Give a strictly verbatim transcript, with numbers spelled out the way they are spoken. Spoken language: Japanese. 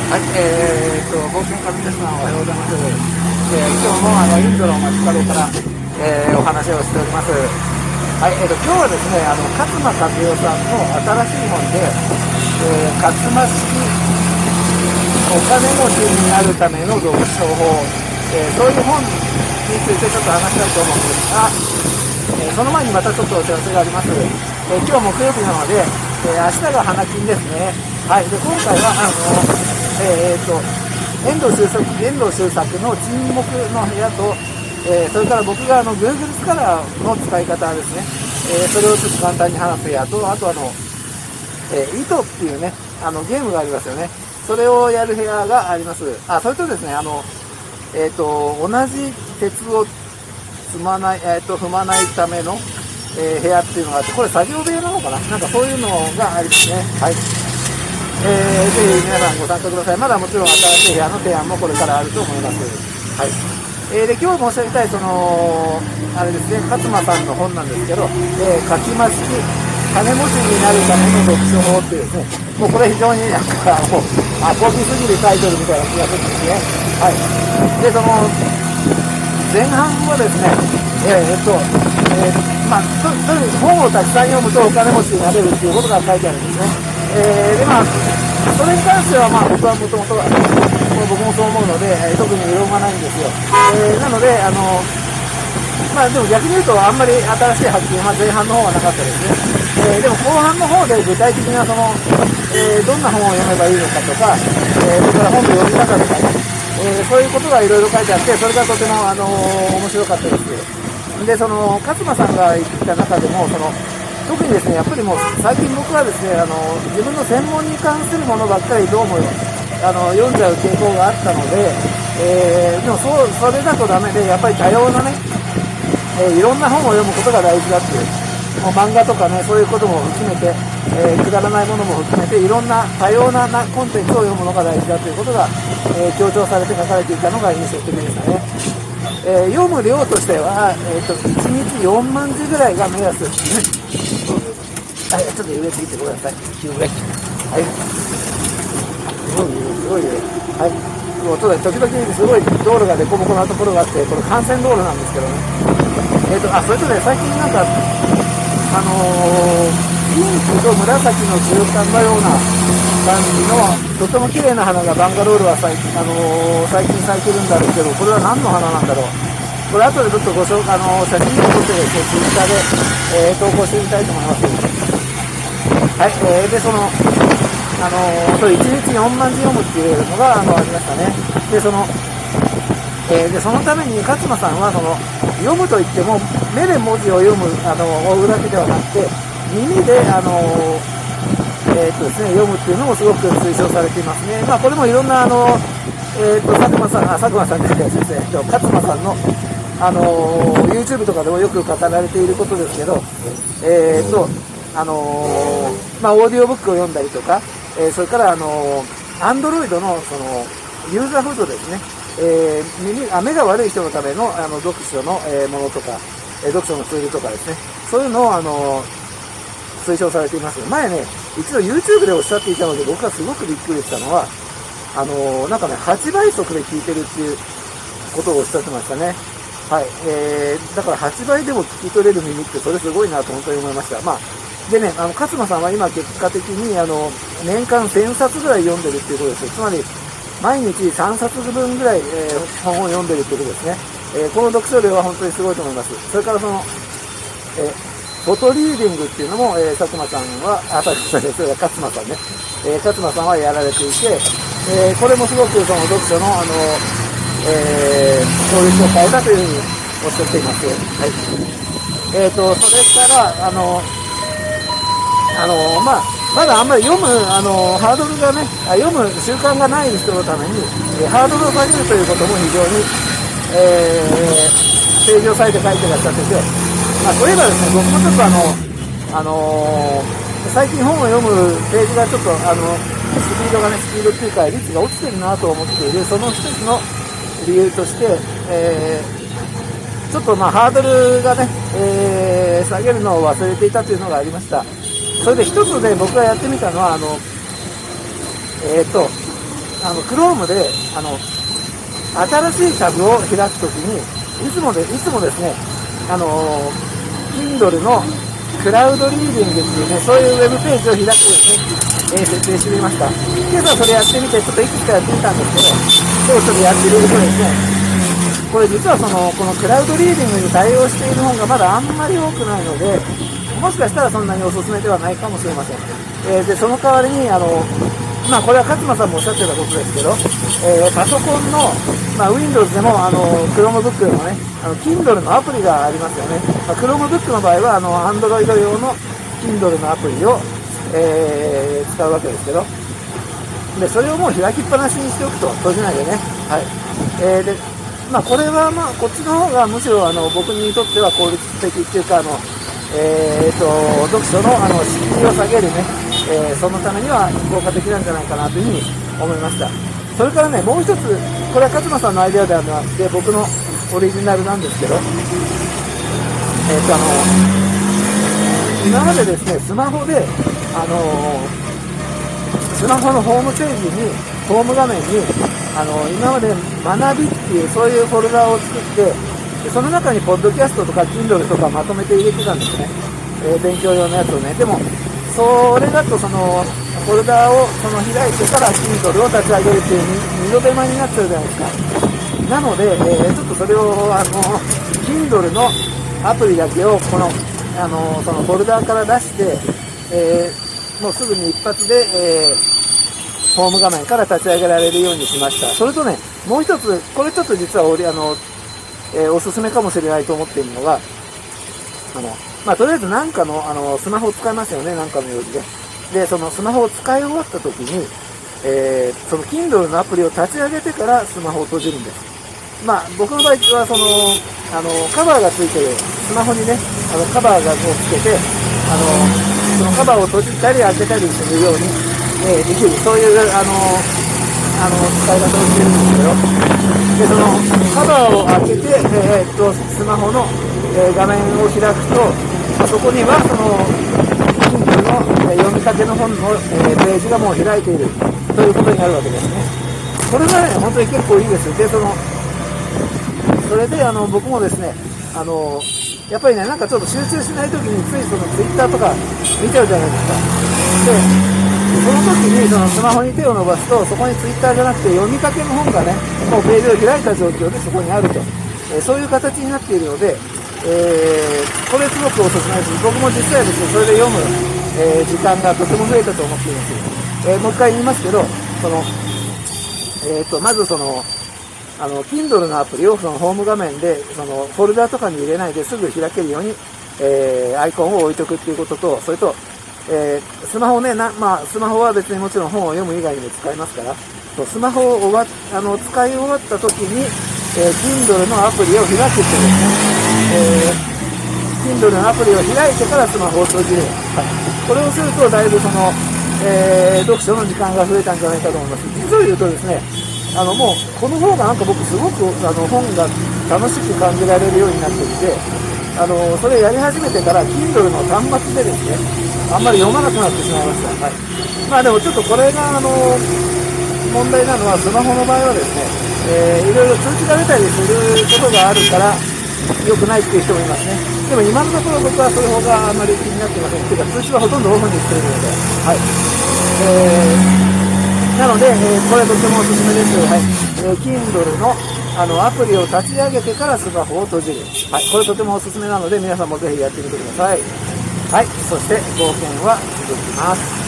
はい、えーっと、冒険家の皆さんおはようございます。えー、今日もあのインドの街角から、えー、お話をしております。はい、えーっと、今日はですね、あの、勝間和代さんの新しい本で、えー、勝間式お金持ちになるための読書法、えー、そういう本についてちょっと話したいと思うんですが、えー、その前にまたちょっとお知らせがあります。えー、今日木曜日なので、えー、明日が花金ですね。はい、で今回はあのえー、と遠藤周作、遠藤周作の沈黙の部屋と、えー、それから僕があの Google スカラーの使い方ですね、えー、それをちょっと簡単に話す部屋と、あとあの、えー、糸っていうね、あのゲームがありますよね。それをやる部屋があります。あ、それとですね、あの、えー、と同じ鉄を積まない、えー、と踏まないための、えー、部屋っていうのがあって、これ作業部屋なのかな、なんかそういうのがありますね。はい。えー、ぜひ皆さんご参加ください。まだもちろん新しい部屋の提案もこれからあると思います。はい。えー、で今日申し上げたいそのあれですね、勝間さんの本なんですけど、えー、勝間式金持ちになるための読書法っていうですね、もうこれ非常になんかもうアコギすぎるタイトルみたいな気がするんですね。はい。でその前半はですね、えー、えっと、えー、まあととにかく本をたくさん読むとお金持ちになれるっていうことが書いてあるんですね。えー、でまあそれに関してはまあ僕はもともと僕もそう思うので、えー、特に異論がないんですよ。えー、なのであのまあでも逆に言うとあんまり新しい発見は前半の方はなかったですね。えー、でも後半の方で具体的なその、えー、どんな本を読めばいいのかとか、えー、それから本の読み方とかね、えー、そういうことがいろいろ書いてあって、それがとてもあのー、面白かったです。でその勝間さんが言ってきた中でもその特にですね、やっぱりもう最近僕はですね、あの自分の専門に関するものばっかりどうもあの読んじゃう傾向があったので、えー、でもそうそれだとダメで、やっぱり多様なね、えー、いろんな本を読むことが大事だっていう、もう漫画とかね、そういうことも含めて、えー、くだらないものも含めていろんな多様なコンテンツを読むのが大事だということが、えー、強調されて書かれていたのが印象的でしたね。えー、読む量としては、えー、といちにちよんまんじぐらいが目安ですね。はい、ちょっと揺れすぎてごめんなさい。急ブレーキ。はい。すごい揺れ、すごい揺れ。はい。もうちょっと時々すごい道路が凸凹なところがあって、これ幹線道路なんですけどね。えっ、ー、と、あ、それとね、最近なんか、あのー、ピンクと紫の中間のような感じの、とても綺麗な花がバンガロールは最近、あのー、最近咲いてるんだろうけど、これは何の花なんだろう。これ後でちょっとご紹介、あのー、写真を撮ってですね、ツイッターで、えー、投稿してみたいと思います。はい、えー、で、その、あのー、そういちにちよんまんじ読むっていうのが、あの、ありましたね。で、その、えー、で、そのために勝間さんは、その、読むといっても、目で文字を読む、あの、追うだけではなくて、耳で、あのー、えー、っとですね、読むっていうのもすごく推奨されていますね。まあ、これもいろんな、あの、えー、っと、佐久間さん、あ、佐久間さんじゃないですね、勝間さんの、あのー、YouTube とかでもよく語られていることですけど、えー、っと、あのー、まあ、オーディオブックを読んだりとか、えー、それから、あのー、Android の、その、ユーザーフードですね、えー、耳あ目が悪い人のための、あの、読書の、えー、ものとか、えー、読書のツールとかですね、そういうのを、あのー、推奨されています。前ね、一度 YouTube でおっしゃっていたので、僕がすごくびっくりしたのは、あのー、なんかね、はちばい速で聞いてるっていうことをおっしゃってましたね。はい。えー、だからはちばいでも聞き取れる耳ってそれすごいなと本当に思いました。まあでね、あの勝間さんは今結果的にあの年間せんさつぐらい読んでるっていうことです。つまり毎日さんさつぶんぐらい、えー、本を読んでるっていうことですね。えー、この読書量は本当にすごいと思います。それからその、えー、フォトリーディングっていうのも、えー、佐久間さんは、あ、佐久間さんです。それは勝間さんね。えー、勝間さんはやられていて、えー、これもすごくその読書のあの、えー、効率を変えたというふうにおっしゃっています。はい。えーと、それから、あの、あのまあ、まだあんまり読むあのハードルがね、読む習慣がない人のために、えハードルを下げるということも非常に、えー、正常されて書いてらっしゃってて、まあ、そういえばですね、僕もちょっとあの、あのー、最近本を読むページがちょっとあのスピードがね、スピードっていうか率が落ちてるなと思っている、その一つの理由として、えー、ちょっとまあハードルがね、えー、下げるのを忘れていたというのがありました。それで一つで僕がやってみたのは、あの、えっと、 あの、Chrome で、あの、新しいタブを開くときに、いつもで、いつもですね、あの、Kindle のクラウドリーディングっていうね、そういうウェブページを開くように、えー、設定してみました。今朝それやってみて、ちょっといくつかやってみたんですけど、今日ちょっとやってみるとですね、これ実はその、このクラウドリーディングに対応している本がまだあんまり多くないので、もしかしたらそんなにおすすめではないかもしれません。えー、で、その代わりに、あの、まあこれは勝間さんもおっしゃってたことですけど、えー、パソコンの、まあ Windows でもあの、Chromebook のね、あの、Kindle のアプリがありますよね。まあ、Chromebook の場合は、あの、Android 用の Kindle のアプリを、えー、使うわけですけど、で、それをもう開きっぱなしにしておくと、閉じないでね。はい。えー、で、まあこれはまあこっちの方がむしろあの僕にとっては効率的っていうかあのえーと読書のあの敷居を下げるね、えー、そのためには効果的なんじゃないかなというふうに思いました。それからねもう一つこれは勝間さんのアイデアではなくて僕のオリジナルなんですけど、えーとあの今までですねスマホであのスマホのホームページにホーム画面にあの今まで学びっていうそういうフォルダを作ってでその中にポッドキャストとか Kindle とかまとめて入れてたんですね、えー、勉強用のやつをね。でもそれだとそのフォルダをその開いてから Kindle を立ち上げるっていう二度手間になっちゃうじゃないですか。なので、えー、ちょっとそれをあの Kindle のアプリだけをこのあのそのフォルダから出して、えー、もうすぐに一発で、えーホーム画面から立ち上げられるようにしました。それとね、もう一つ、これちょっと実は俺、あの、えー、おすすめかもしれないと思っているのが、あの、まあ、とりあえずなんかの、あの、スマホを使いますよね、なんかの用事で。で、そのスマホを使い終わった時に、えー、その Kindle のアプリを立ち上げてからスマホを閉じるんです。まあ、僕の場合は、その、あの、カバーがついてる、スマホにね、あの、カバーがこうつけて、あの、そのカバーを閉じたり開けたりするように、えー、できる、そういう、あの、あの、使い方をしてるんですけど、で、その、カバーを開けて、えー、っと、スマホの、えー、画面を開くと、まあ、そこには、その、Kindle の、えー、読みかけの本の、えー、ページがもう開いている、ということになるわけですね。これがね、本当に結構いいです。で、その、それで、あの、僕もですね、あの、やっぱりね、なんかちょっと集中しないときに、ついその Twitter とか見ちゃうじゃないですか。で、その時にそのスマホに手を伸ばすとそこにツイッターじゃなくて読みかけの本がねもうページを開いた状況でそこにあると、えー、そういう形になっているので、えー、これすごくおすすめです。僕も実際ですねそれで読む、えー、時間がとても増えたと思っています。えー、もう一回言いますけどその、えー、とまずそのあの Kindle のアプリをそのホーム画面でそのフォルダとかに入れないですぐ開けるように、えー、アイコンを置いとくっていうこととそれとえー、スマホねな、まあ、スマホは別にもちろん本を読む以外にも使いますからスマホを終わあの使い終わった時に、えー、Kindle のアプリを開くってですね、えー、Kindle のアプリを開いてからスマホを閉じる、はい、これをするとだいぶその、えー、読書の時間が増えたんじゃないかと思います。実を言うとですねあのもうこの方がなんか僕すごくあの本が楽しく感じられるようになってきてあのそれやり始めてから Kindle の端末でですねあんまり読まなくなってしまいました。はい。まあでもちょっとこれがあの問題なのはスマホの場合はですね、えー、いろいろ通知が出たりすることがあるから良くないっていう人もいますね。でも今のところ僕はそれほどあんまり気になってません。っていうか通知はほとんどオフにしているので、はい。えー、なので、えー、これとてもおすすめです。はい。えー、Kindle のあのアプリを立ち上げてからスマホを閉じる。はい。これとてもおすすめなので皆さんもぜひやってみてください。はい、そして冒険は続きます。